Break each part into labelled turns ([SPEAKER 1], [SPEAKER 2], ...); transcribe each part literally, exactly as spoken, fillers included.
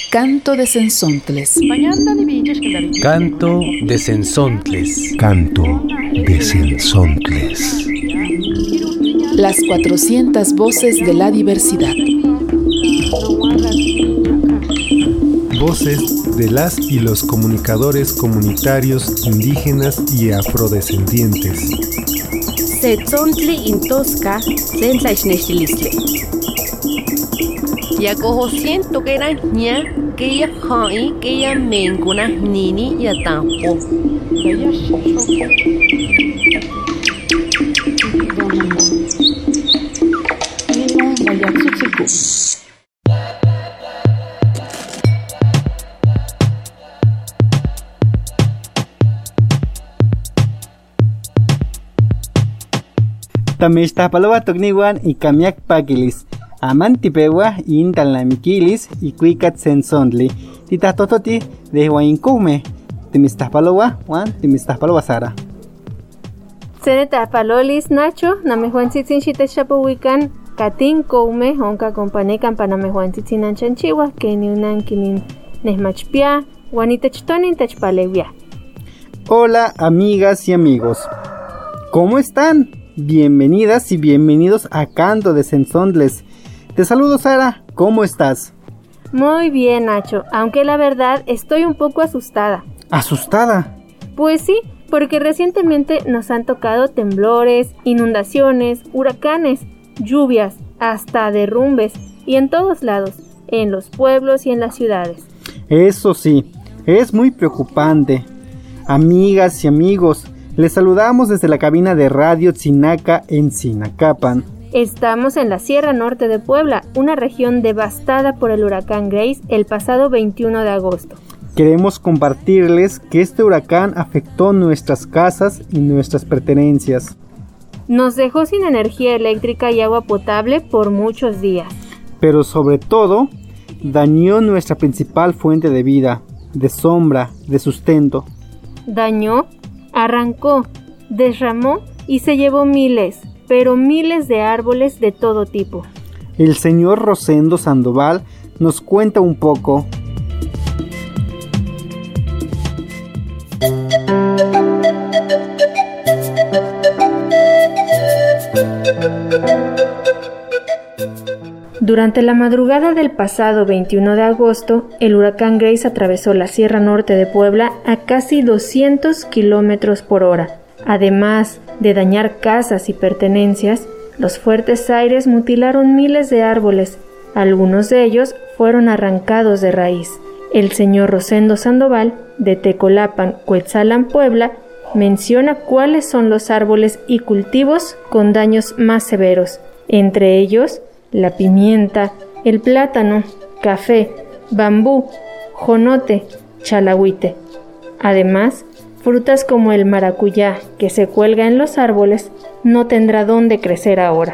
[SPEAKER 1] Canto de Cenzontles.
[SPEAKER 2] Canto de Cenzontles.
[SPEAKER 3] Canto de Cenzontles.
[SPEAKER 1] Las cuatrocientas voces de la diversidad.
[SPEAKER 3] Voces de las y los comunicadores comunitarios indígenas y afrodescendientes.
[SPEAKER 4] Setzontli intosca, sensaixnextilistle. Yacojo siento que era ña, que ya hai, que ya mencuna nini ya tampo.
[SPEAKER 5] Tamistapaloa tokniwan y kamiak pakilis. Amantipewa intan la mikilis y cuicat sensontli. Tita tototi de huaincume. Timistapaloa, wan timistapaloa sara.
[SPEAKER 6] Seneta palolis Nacho, namejuantzitsin xitechapowikan katin koume honka companekan panamejuantzitsin anchanchiwa que ni unan kinin nesmachpia wanitechtonin techpalewia.
[SPEAKER 5] Hola amigas y amigos, ¿cómo están? Bienvenidas y bienvenidos a Canto de Cenzontles. Te saludo Sara, ¿cómo estás?
[SPEAKER 6] Muy bien Nacho, aunque la verdad estoy un poco asustada.
[SPEAKER 5] ¿Asustada?
[SPEAKER 6] Pues sí, porque recientemente nos han tocado temblores, inundaciones, huracanes, lluvias, hasta derrumbes, y en todos lados, en los pueblos y en las ciudades.
[SPEAKER 5] Eso sí, es muy preocupante. Amigas y amigos, les saludamos desde la cabina de Radio Tzinaca en Tzinacapan.
[SPEAKER 6] Estamos en la Sierra Norte de Puebla, una región devastada por el huracán Grace el pasado veintiuno de agosto.
[SPEAKER 5] Queremos compartirles que este huracán afectó nuestras casas y nuestras pertenencias.
[SPEAKER 6] Nos dejó sin energía eléctrica y agua potable por muchos días.
[SPEAKER 5] Pero sobre todo, dañó nuestra principal fuente de vida, de sombra, de sustento.
[SPEAKER 6] Dañó, arrancó, derramó y se llevó miles, pero miles de árboles de todo tipo.
[SPEAKER 5] El señor Rosendo Sandoval nos cuenta un poco.
[SPEAKER 6] Durante la madrugada del pasado veintiuno de agosto, el huracán Grace atravesó la Sierra Norte de Puebla a casi doscientos kilómetros por hora. Además de dañar casas y pertenencias, los fuertes aires mutilaron miles de árboles. Algunos de ellos fueron arrancados de raíz. El señor Rosendo Sandoval, de Tecolapan, Cuetzalan, Puebla, menciona cuáles son los árboles y cultivos con daños más severos, entre ellos la pimienta, el plátano, café, bambú, jonote, chalahuite. Además, frutas como el maracuyá, que se cuelga en los árboles, no tendrá dónde crecer ahora.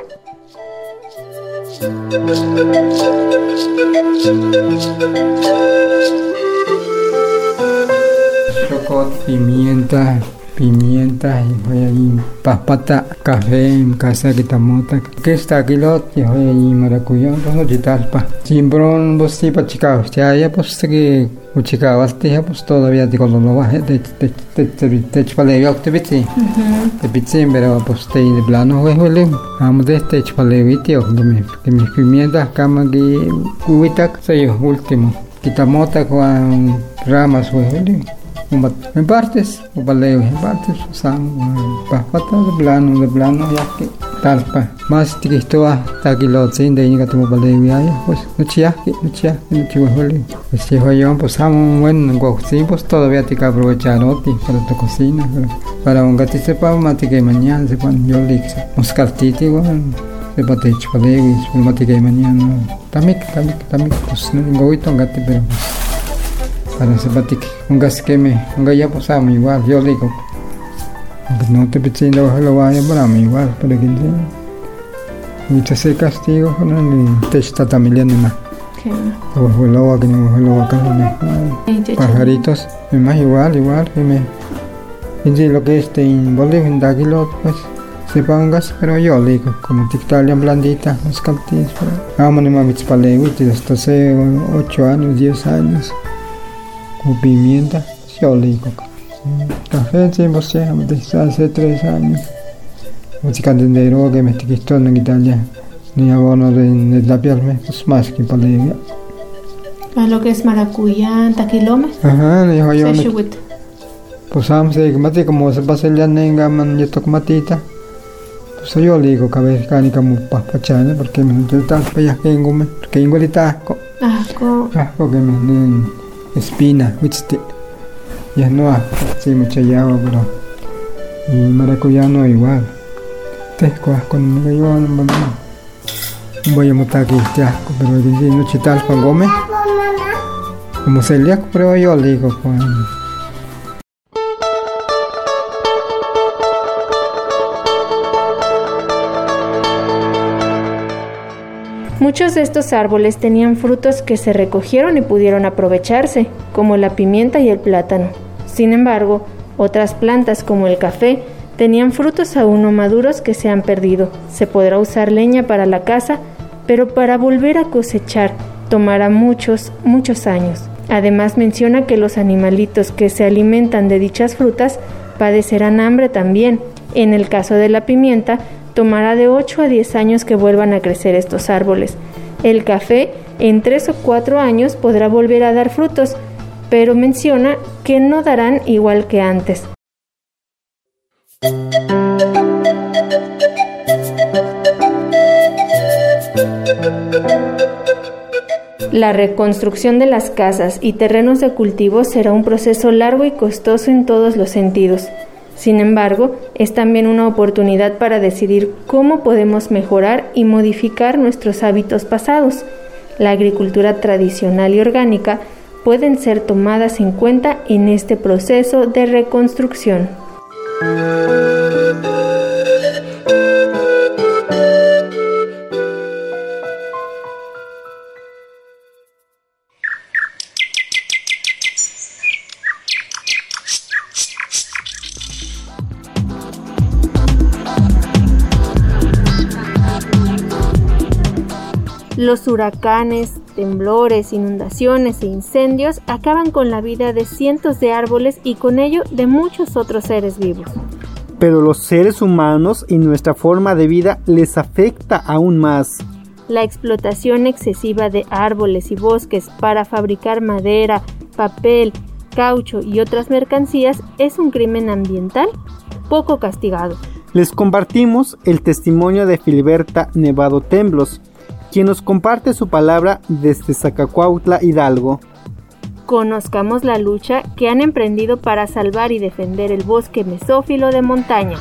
[SPEAKER 7] Chocot, pimienta, pimienta y paspata, café, casa que tamota, que está kilot y maracuyá, pues no chitalpa. Simbron vos tipa chicaos, ya ya pues que uchicaos te pues todavía te cololo baje te te te te te chpale yo te bitsi. Te bitsi pero pues te de plano güey güey. Vamos de este chpale bitio de mi que mis pimientas cama que cubitak soy último. Quitamota con ramas güey. En partes, o baleo en partes, sang, paspata de plano, de plano, ya que talpa. Más tiquisto a taquilot sin de inga tomo baleo ya, pues no chia, no chia, no chia huele. Pues si yo pues amo un buen guaucín, pues todavía te que aprovechar oti para tu cocina, para un gatito sepa matique mañana, sepa yo lixa, moscaltiti igual. Sepa te hecho baleo y matique mañana. También, también, también, pues no tengo hoy ton gati, pero para sepatik un gas que me un gallo posamos igual yo digo no te pidiendo lo vaya para mí igual para que muchas se castigo con el testa también ni más o lo va que no lo va que pajaritos es más igual igual que me y lo que este en Bolivia en Daquilo pues sepangas, pero yo le digo, como tictalian blandita, los caltis, pero amo ni mamis palewiti, hasta hace ocho años, diez años, con pimienta, yo le digo. Café, sí, vos sé, hace tres años. Música de droga, me estoy quitando en Italia, ni abono de la piel, pues más que palewiti.
[SPEAKER 6] A lo que es maracuyá, taquilome.
[SPEAKER 7] Ajá, ni yo no. Pues vamos a decir, como se pasa el día nenga, man, yo toco matita. Pues yo le digo, cabeza, canica, mu papachana, porque me yo tal, pues ya que ingume, porque igual tasco.
[SPEAKER 6] Asco.
[SPEAKER 7] Asco que me espina, viste. Ya no hay, sí, mucha llave, pero. Y maracuyá no igual. Tesco, asco, no me llevo, no me voy a montar aquí, este asco, pero si no chital con gome. Como celíaco, pero yo le digo, pues.
[SPEAKER 6] Muchos de estos árboles tenían frutos que se recogieron y pudieron aprovecharse, como la pimienta y el plátano. Sin embargo, otras plantas como el café tenían frutos aún no maduros que se han perdido. Se podrá usar leña para la casa, pero para volver a cosechar tomará muchos, muchos años. Además menciona que los animalitos que se alimentan de dichas frutas padecerán hambre también. En el caso de la pimienta, tomará de ocho a diez años que vuelvan a crecer estos árboles. El café, en tres o cuatro años podrá volver a dar frutos, pero menciona que no darán igual que antes. La reconstrucción de las casas y terrenos de cultivo será un proceso largo y costoso en todos los sentidos. Sin embargo, es también una oportunidad para decidir cómo podemos mejorar y modificar nuestros hábitos pasados. La agricultura tradicional y orgánica pueden ser tomadas en cuenta en este proceso de reconstrucción. Los huracanes, temblores, inundaciones e incendios acaban con la vida de cientos de árboles y con ello de muchos otros seres vivos.
[SPEAKER 5] Pero los seres humanos y nuestra forma de vida les afecta aún más.
[SPEAKER 6] La explotación excesiva de árboles y bosques para fabricar madera, papel, caucho y otras mercancías es un crimen ambiental poco castigado.
[SPEAKER 5] Les compartimos el testimonio de Filiberta Nevado Temblos, quien nos comparte su palabra desde Zacacuautla, Hidalgo.
[SPEAKER 6] Conozcamos la lucha que han emprendido para salvar y defender el bosque mesófilo de montaña.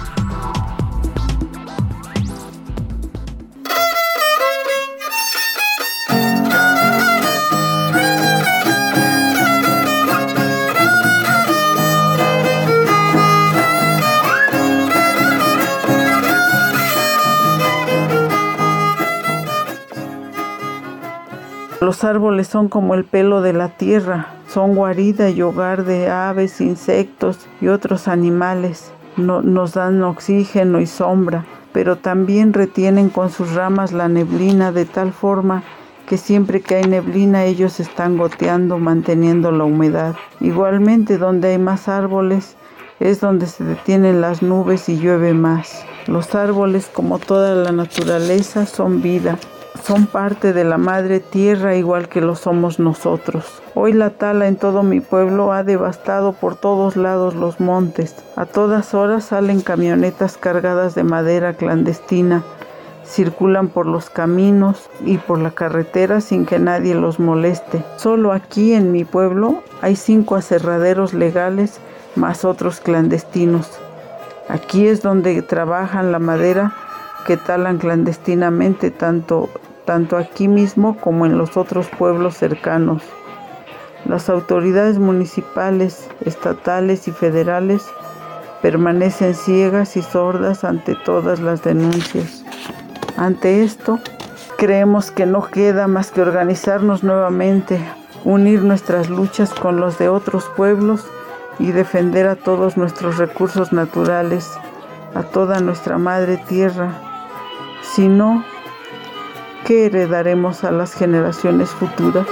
[SPEAKER 8] Los árboles son como el pelo de la tierra, son guarida y hogar de aves, insectos y otros animales. No, nos dan oxígeno y sombra, pero también retienen con sus ramas la neblina de tal forma que siempre que hay neblina ellos están goteando, manteniendo la humedad. Igualmente, donde hay más árboles es donde se detienen las nubes y llueve más. Los árboles, como toda la naturaleza, son vida. Son parte de la madre tierra igual que lo somos nosotros. Hoy la tala en todo mi pueblo ha devastado por todos lados los montes. A todas horas salen camionetas cargadas de madera clandestina. Circulan por los caminos y por la carretera sin que nadie los moleste. Solo aquí en mi pueblo hay cinco aserraderos legales más otros clandestinos. Aquí es donde trabajan la madera que talan clandestinamente tanto, tanto aquí mismo como en los otros pueblos cercanos. Las autoridades municipales, estatales y federales permanecen ciegas y sordas ante todas las denuncias. Ante esto, creemos que no queda más que organizarnos nuevamente, unir nuestras luchas con los de otros pueblos y defender a todos nuestros recursos naturales, a toda nuestra madre tierra. Si no, ¿qué heredaremos a las generaciones futuras?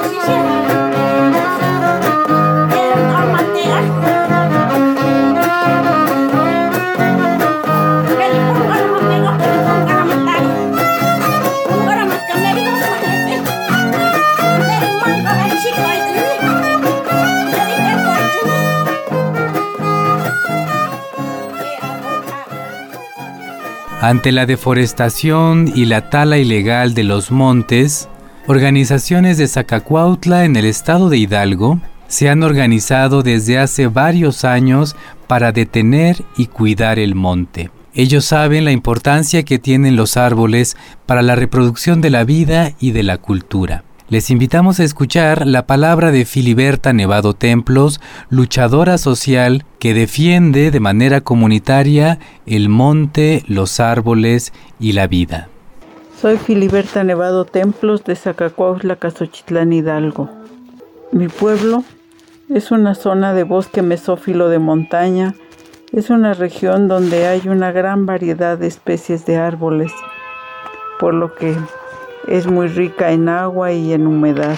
[SPEAKER 2] Ante la deforestación y la tala ilegal de los montes, organizaciones de Zacacuautla en el estado de Hidalgo se han organizado desde hace varios años para detener y cuidar el monte. Ellos saben la importancia que tienen los árboles para la reproducción de la vida y de la cultura. Les invitamos a escuchar la palabra de Filiberta Nevado Templos, luchadora social que defiende de manera comunitaria el monte, los árboles y la vida.
[SPEAKER 8] Soy Filiberta Nevado Templos de Zacacuautla, Cazochitlán, Hidalgo. Mi pueblo es una zona de bosque mesófilo de montaña. Es una región donde hay una gran variedad de especies de árboles, por lo que es muy rica en agua y en humedad.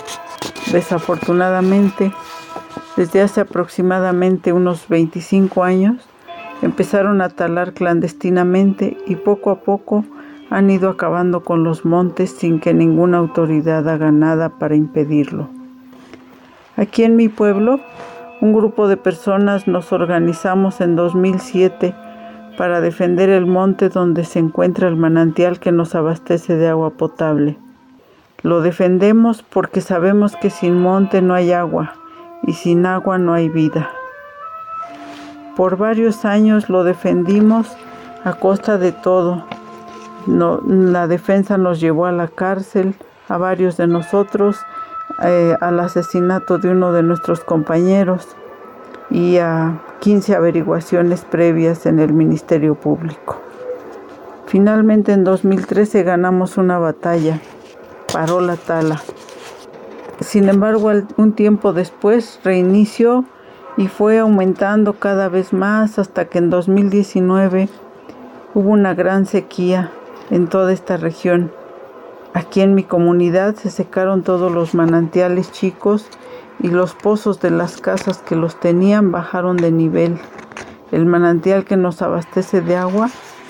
[SPEAKER 8] Desafortunadamente, desde hace aproximadamente unos veinticinco años, empezaron a talar clandestinamente y poco a poco han ido acabando con los montes sin que ninguna autoridad haga nada para impedirlo. Aquí en mi pueblo, un grupo de personas nos organizamos en dos mil siete para defender el monte donde se encuentra el manantial que nos abastece de agua potable. Lo defendemos porque sabemos que sin monte no hay agua y sin agua no hay vida. Por varios años lo defendimos a costa de todo. No, la defensa nos llevó a la cárcel, a varios de nosotros, eh, al asesinato de uno de nuestros compañeros y a quince averiguaciones previas en el Ministerio Público. Finalmente en dos mil trece ganamos una batalla, paró la tala. Sin embargo, un tiempo después reinició y fue aumentando cada vez más hasta que en dos mil diecinueve hubo una gran sequía en toda esta región. Aquí en mi comunidad se secaron todos los manantiales chicos y los pozos de las casas que los tenían bajaron de nivel. El manantial que nos abastece de agua,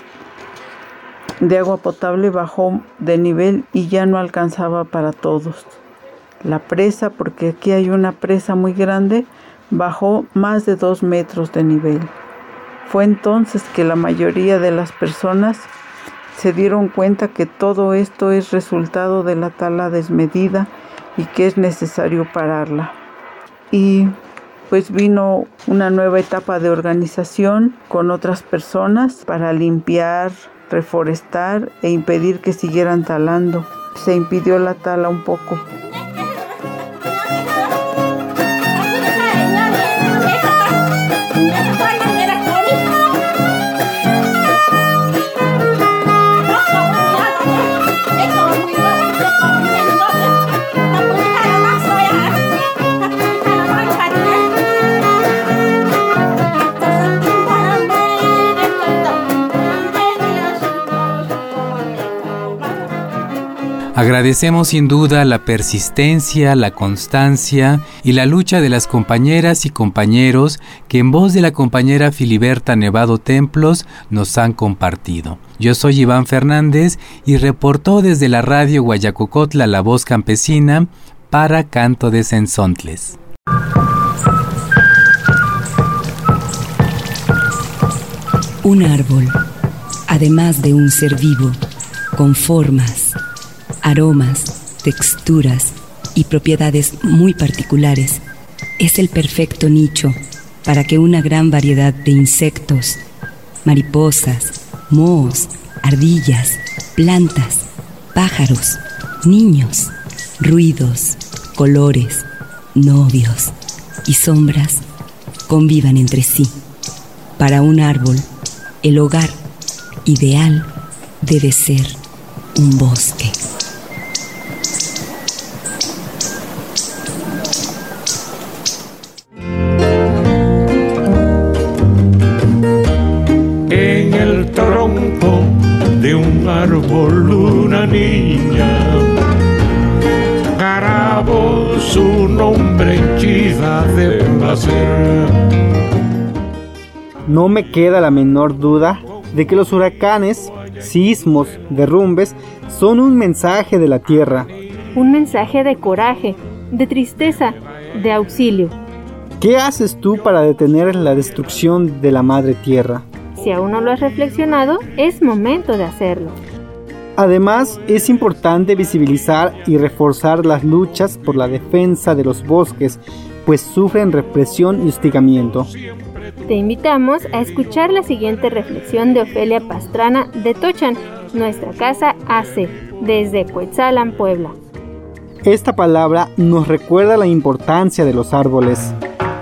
[SPEAKER 8] de agua potable, bajó de nivel y ya no alcanzaba para todos. La presa, porque aquí hay una presa muy grande, bajó más de dos metros de nivel. Fue entonces que la mayoría de las personas se dieron cuenta que todo esto es resultado de la tala desmedida y que es necesario pararla. Y pues vino una nueva etapa de organización con otras personas para limpiar, reforestar e impedir que siguieran talando. Se impidió la tala un poco.
[SPEAKER 2] Agradecemos sin duda la persistencia, la constancia y la lucha de las compañeras y compañeros que en voz de la compañera Filiberta Nevado Templos nos han compartido. Yo soy Iván Fernández y reportó desde la radio Guayacocotla La Voz Campesina para Canto de Cenzontles.
[SPEAKER 9] Un árbol, además de un ser vivo, con formas, aromas, texturas y propiedades muy particulares, es el perfecto nicho para que una gran variedad de insectos, mariposas, mohos, ardillas, plantas, pájaros, niños, ruidos, colores, novios y sombras convivan entre sí. Para un árbol, el hogar ideal debe ser un bosque.
[SPEAKER 10] árbol una niña. Garabo su nombre henchida de placer.
[SPEAKER 5] No me queda la menor duda de que los huracanes, sismos, derrumbes son un mensaje de la tierra.
[SPEAKER 6] Un mensaje de coraje, de tristeza, de auxilio.
[SPEAKER 5] ¿Qué haces tú para detener la destrucción de la madre tierra?
[SPEAKER 6] Si aún no lo has reflexionado, es momento de hacerlo.
[SPEAKER 5] Además, es importante visibilizar y reforzar las luchas por la defensa de los bosques, pues sufren represión y hostigamiento.
[SPEAKER 6] Te invitamos a escuchar la siguiente reflexión de Ofelia Pastrana de Tochan, Nuestra Casa Hace, desde Cuetzalan, Puebla.
[SPEAKER 5] Esta palabra nos recuerda la importancia de los árboles.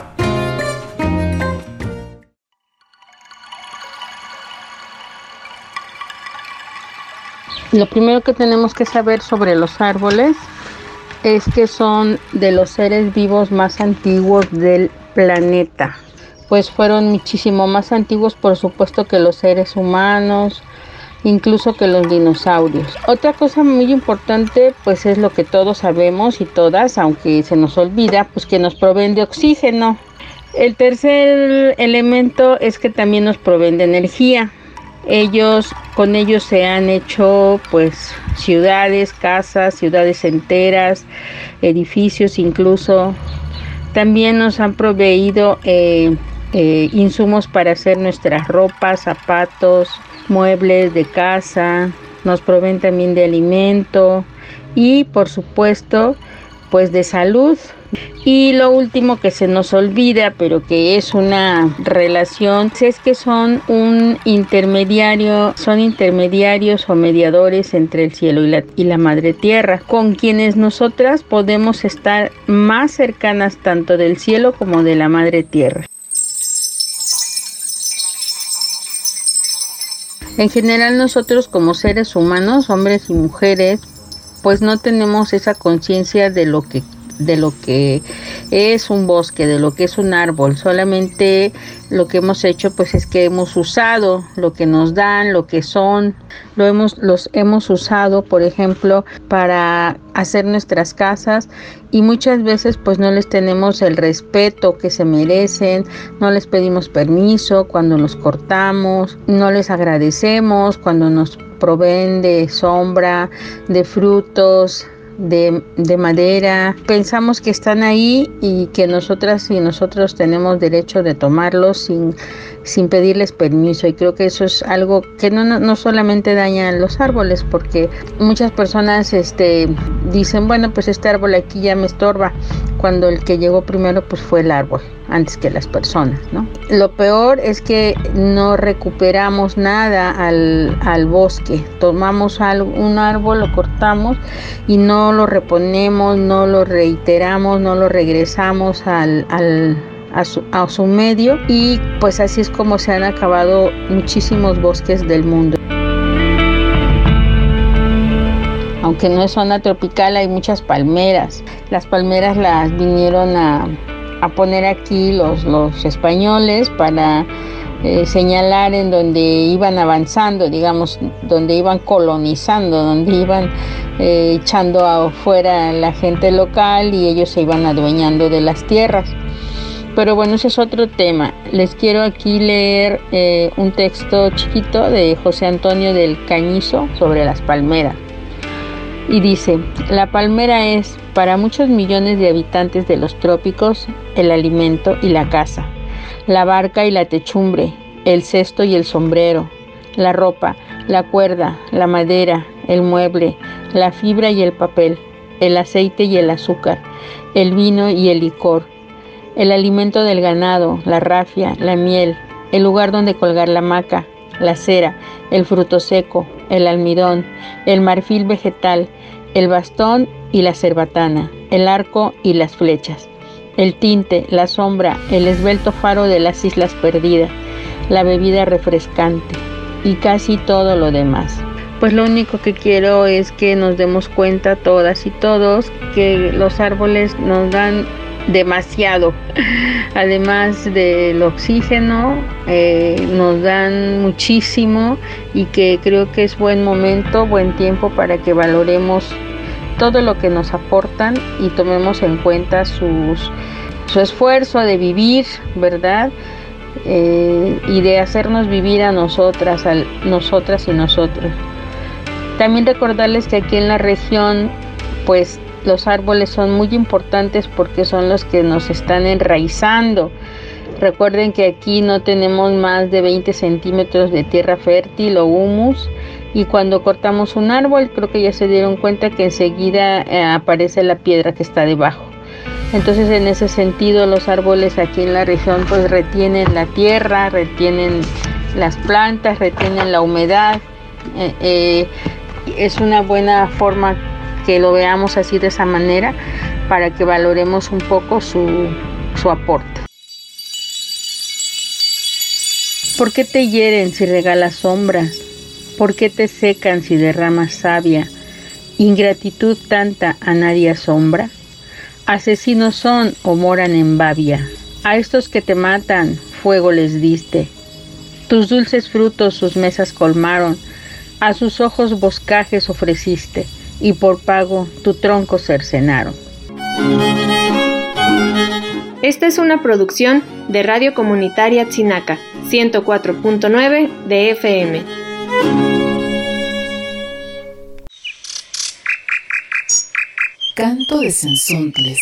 [SPEAKER 11] Lo primero que tenemos que saber sobre los árboles es que son de los seres vivos más antiguos del planeta. Pues fueron muchísimo más antiguos, por supuesto, que los seres humanos, incluso que los dinosaurios. Otra cosa muy importante, pues es lo que todos sabemos y todas, aunque se nos olvida, pues que nos proveen de oxígeno. El tercer elemento es que también nos proveen de energía. Ellos, con ellos se han hecho pues ciudades, casas, ciudades enteras, edificios incluso. También nos han proveído eh, eh, insumos para hacer nuestras ropas, zapatos, muebles de casa. Nos proveen también de alimento y por supuesto pues de salud. Y lo último que se nos olvida, pero que es una relación, es que son un intermediario, son intermediarios o mediadores entre el cielo y la, y la madre tierra, con quienes nosotras podemos estar más cercanas tanto del cielo como de la madre tierra. En general nosotros como seres humanos, hombres y mujeres, pues no tenemos esa conciencia de lo que de lo que es un bosque, de lo que es un árbol. Solamente lo que hemos hecho pues es que hemos usado lo que nos dan, lo que son, lo hemos, los hemos usado, por ejemplo, para hacer nuestras casas y muchas veces pues no les tenemos el respeto que se merecen, no les pedimos permiso cuando los cortamos, no les agradecemos cuando nos proveen de sombra, de frutos, De, de madera. Pensamos que están ahí y que nosotras y nosotros tenemos derecho de tomarlos sin, sin pedirles permiso, y creo que eso es algo que no, no, no solamente daña a los árboles, porque muchas personas este, dicen, bueno, pues este árbol aquí ya me estorba, cuando el que llegó primero pues fue el árbol antes que las personas, ¿no? Lo peor es que no recuperamos nada al, al bosque. Tomamos algo, un árbol, lo cortamos y no lo reponemos, no lo reiteramos, no lo regresamos al, al, a, su, a su medio, y pues así es como se han acabado muchísimos bosques del mundo. Aunque no es zona tropical, hay muchas palmeras. Las palmeras las vinieron a, a poner aquí los, los españoles para eh, señalar en donde iban avanzando, digamos, donde iban colonizando, donde iban eh, echando afuera a la gente local y ellos se iban adueñando de las tierras. Pero bueno, ese es otro tema. Les quiero aquí leer eh, un texto chiquito de José Antonio del Cañizo sobre las palmeras. Y dice: la palmera es, para muchos millones de habitantes de los trópicos, el alimento y la casa, la barca y la techumbre, el cesto y el sombrero, la ropa, la cuerda, la madera, el mueble, la fibra y el papel, el aceite y el azúcar, el vino y el licor, el alimento del ganado, la rafia, la miel, el lugar donde colgar la hamaca, la cera, el fruto seco, el almidón, el marfil vegetal, el bastón y la cerbatana, el arco y las flechas, el tinte, la sombra, el esbelto faro de las islas perdidas, la bebida refrescante y casi todo lo demás. Pues lo único que quiero es que nos demos cuenta todas y todos que los árboles nos dan demasiado, además del oxígeno, eh, nos dan muchísimo y que creo que es buen momento, buen tiempo para que valoremos todo lo que nos aportan y tomemos en cuenta sus, su esfuerzo de vivir, ¿verdad? Eh, y de hacernos vivir a nosotras, a nosotras y nosotros. También recordarles que aquí en la región, pues los árboles son muy importantes porque son los que nos están enraizando. Recuerden que aquí no tenemos más de veinte centímetros de tierra fértil o humus, y cuando cortamos un árbol, creo que ya se dieron cuenta que enseguida eh, aparece la piedra que está debajo. Entonces, en ese sentido, los árboles aquí en la región pues retienen la tierra, retienen las plantas, retienen la humedad. Eh, eh, es una buena forma que lo veamos así, de esa manera, para que valoremos un poco su, su aporte. ¿Por qué te hieren si regalas sombras? ¿Por qué te secan si derramas savia? Ingratitud tanta a nadie asombra. Asesinos son o moran en Babia. A estos que te matan, fuego les diste. Tus dulces frutos sus mesas colmaron. A sus ojos boscajes ofreciste, y por pago tu tronco cercenaron.
[SPEAKER 6] Esta es una producción de Radio Comunitaria Tzinaca, ciento cuatro punto nueve de F M.
[SPEAKER 1] Canto de Cenzontles.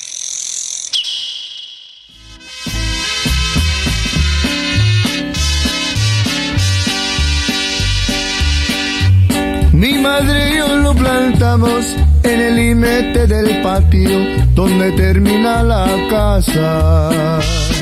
[SPEAKER 12] Mi madre y yo lo plantamos en el límite del patio donde termina la casa.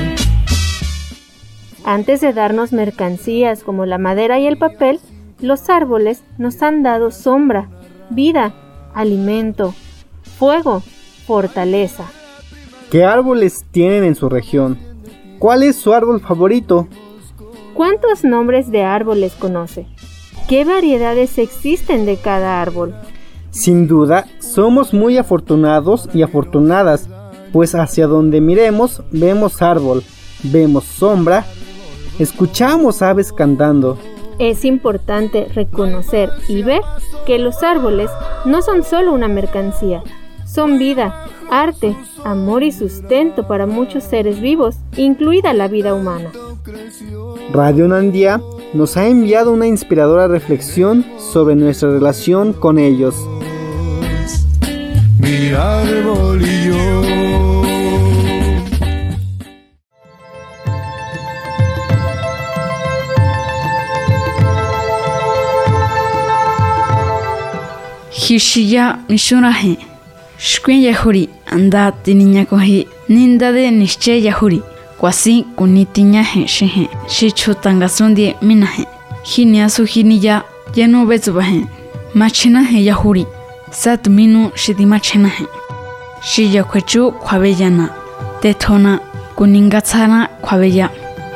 [SPEAKER 6] Antes de darnos mercancías como la madera y el papel, los árboles nos han dado sombra, vida, alimento, fuego, fortaleza.
[SPEAKER 5] ¿Qué árboles tienen en su región? ¿Cuál es su árbol favorito?
[SPEAKER 6] ¿Cuántos nombres de árboles conoce? ¿Qué variedades existen de cada árbol?
[SPEAKER 5] Sin duda, somos muy afortunados y afortunadas, pues hacia donde miremos vemos árbol, vemos sombra, escuchamos aves cantando.
[SPEAKER 6] Es importante reconocer y ver que los árboles no son solo una mercancía, son vida, arte, amor y sustento para muchos seres vivos, incluida la vida humana.
[SPEAKER 5] Radio Nandía nos ha enviado una inspiradora reflexión sobre nuestra relación con ellos.
[SPEAKER 12] Mi árbol y yo.
[SPEAKER 13] Hishiya mishurahe shkuen yahuri anda tininya kohi ninda de nische yahuri kwasi kunitinya he shehe shichu tangasundi minahe hiniasu hiniya yano bezubahe machina he yahuri sat minu shidimachina he shiya kwechu kwabeyana tetona kuningatsana kwabeya.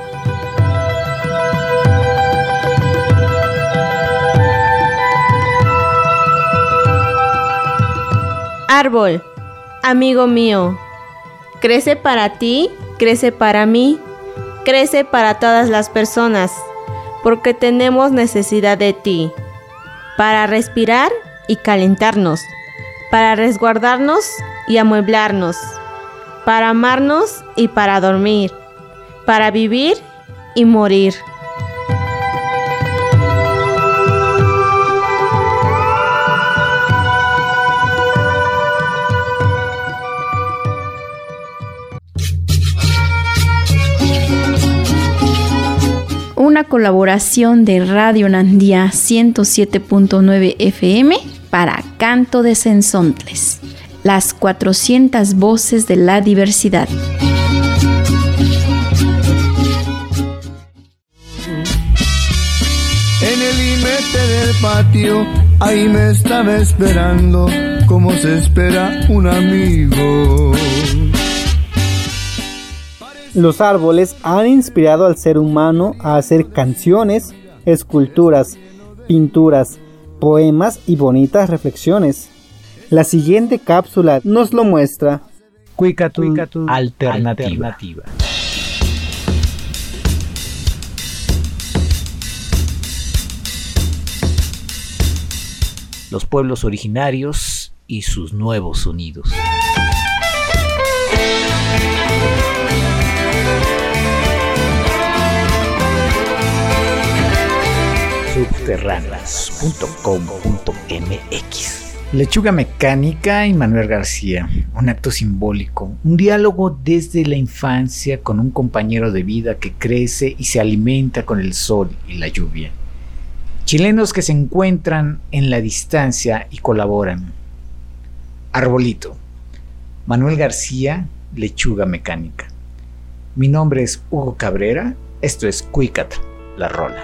[SPEAKER 14] Árbol, amigo mío, crece para ti, crece para mí, crece para todas las personas, porque tenemos necesidad de ti, para respirar y calentarnos, para resguardarnos y amueblarnos, para amarnos y para dormir, para vivir y morir.
[SPEAKER 15] Una colaboración de Radio Nandía ciento siete punto nueve F M para Canto de Cenzontles, las cuatrocientas voces de la diversidad.
[SPEAKER 12] En el límite del patio, ahí me estaba esperando, como se espera un amigo.
[SPEAKER 5] Los árboles han inspirado al ser humano a hacer canciones, esculturas, pinturas, poemas y bonitas reflexiones. La siguiente cápsula nos lo muestra.
[SPEAKER 16] Cuicatún alternativa. alternativa. los pueblos originarios y sus nuevos sonidos. subterráneos punto com punto m x. Lechuga Mecánica y Manuel García, un acto simbólico, un diálogo desde la infancia con un compañero de vida que crece y se alimenta con el sol y la lluvia. Chilenos que se encuentran en la distancia y colaboran. Arbolito, Manuel García, Lechuga Mecánica. Mi nombre es Hugo Cabrera, esto es Cuicat, la rola.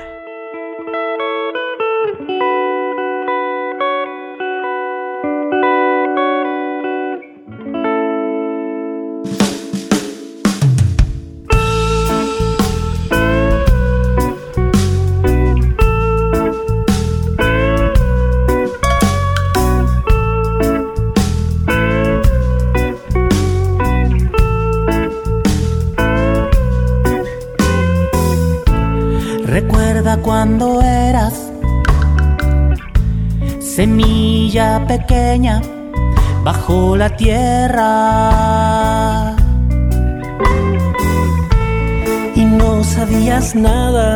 [SPEAKER 17] Cuando eras semilla pequeña bajo la tierra y no sabías nada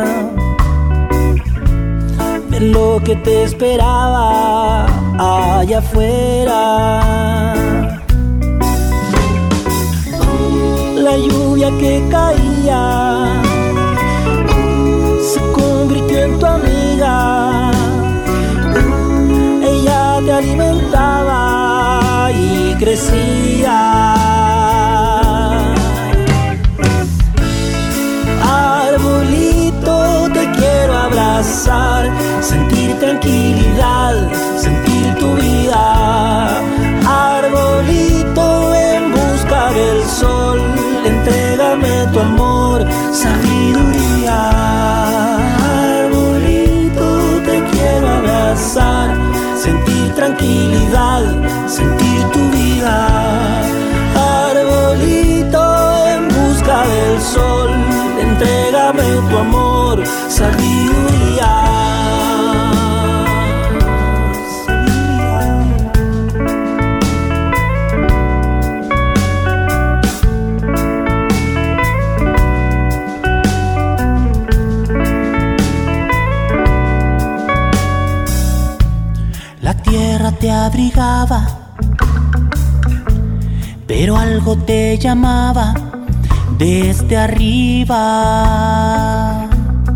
[SPEAKER 17] de lo que te esperaba allá afuera. La lluvia que caía convirtió en tu amiga, ella te alimentaba y crecía. Arbolito, te quiero abrazar, sentir tranquilidad, sentir tu vida. Arbolito, en busca del sol, entrégame tu amor, sabiduría. Sentir tranquilidad, sentir tu vida. Arbolito, en busca del sol, entrégame tu amor, sabiduría. Te abrigaba, pero algo te llamaba desde arriba.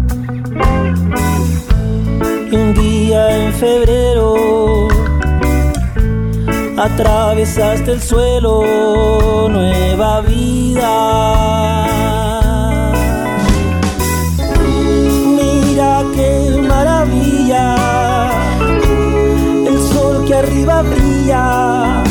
[SPEAKER 17] Un día en febrero atravesaste el suelo, nueva vida. Mira qué maravilla, que arriba brilla.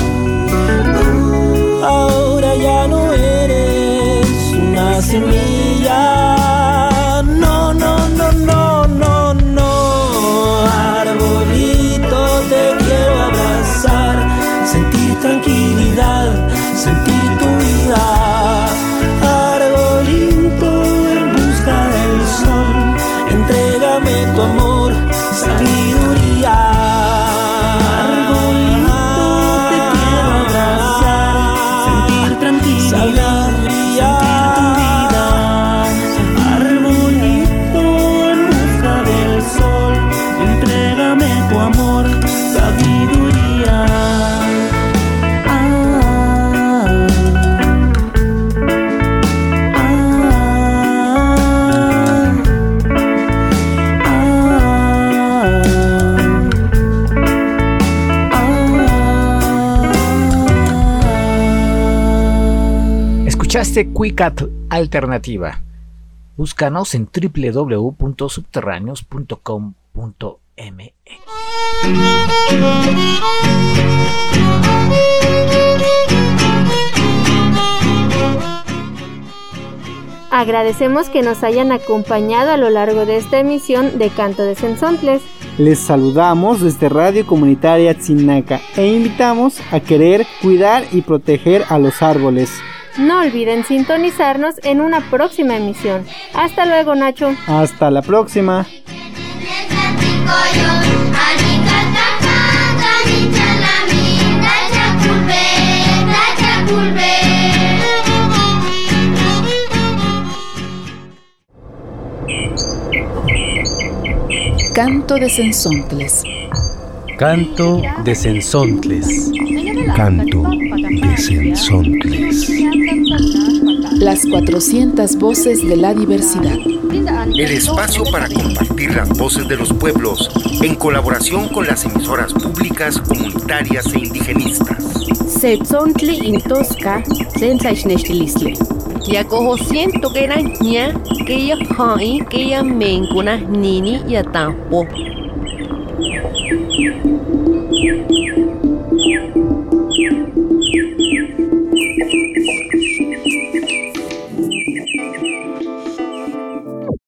[SPEAKER 17] Ahora ya no eres una semilla. No, no, no, no, no, no. Arbolito, te quiero abrazar, sentir tranquilidad, sentir tu vida. Arbolito, en busca del sol, entrégame tu amor, sabiduría. Sabiduría, arbolito, en busca del sol, entrégame tu amor, sabiduría. Ah, ah,
[SPEAKER 16] Escuchaste Cuicat Alternativa. Búscanos en w w w punto subterráneos punto com punto m x.
[SPEAKER 6] Agradecemos que nos hayan acompañado a lo largo de esta emisión de Canto de Cenzontles.
[SPEAKER 5] Les saludamos desde Radio Comunitaria Tzinaca e invitamos a querer, cuidar y proteger a los árboles.
[SPEAKER 6] No olviden sintonizarnos en una próxima emisión. Hasta luego, Nacho.
[SPEAKER 5] Hasta la próxima.
[SPEAKER 18] Yo,
[SPEAKER 1] Canto de Censontles.
[SPEAKER 2] Canto de Censontles.
[SPEAKER 3] Canto de Censontles.
[SPEAKER 1] Las cuatrocientas voces de la diversidad.
[SPEAKER 18] El espacio para compartir las voces de los pueblos en colaboración con las emisoras públicas, comunitarias e indigenistas.
[SPEAKER 4] Setzontli intosca, sensaixnextilistle. Yacojo siento que era ña, que ya hai, que ya mencuna nini y atampo.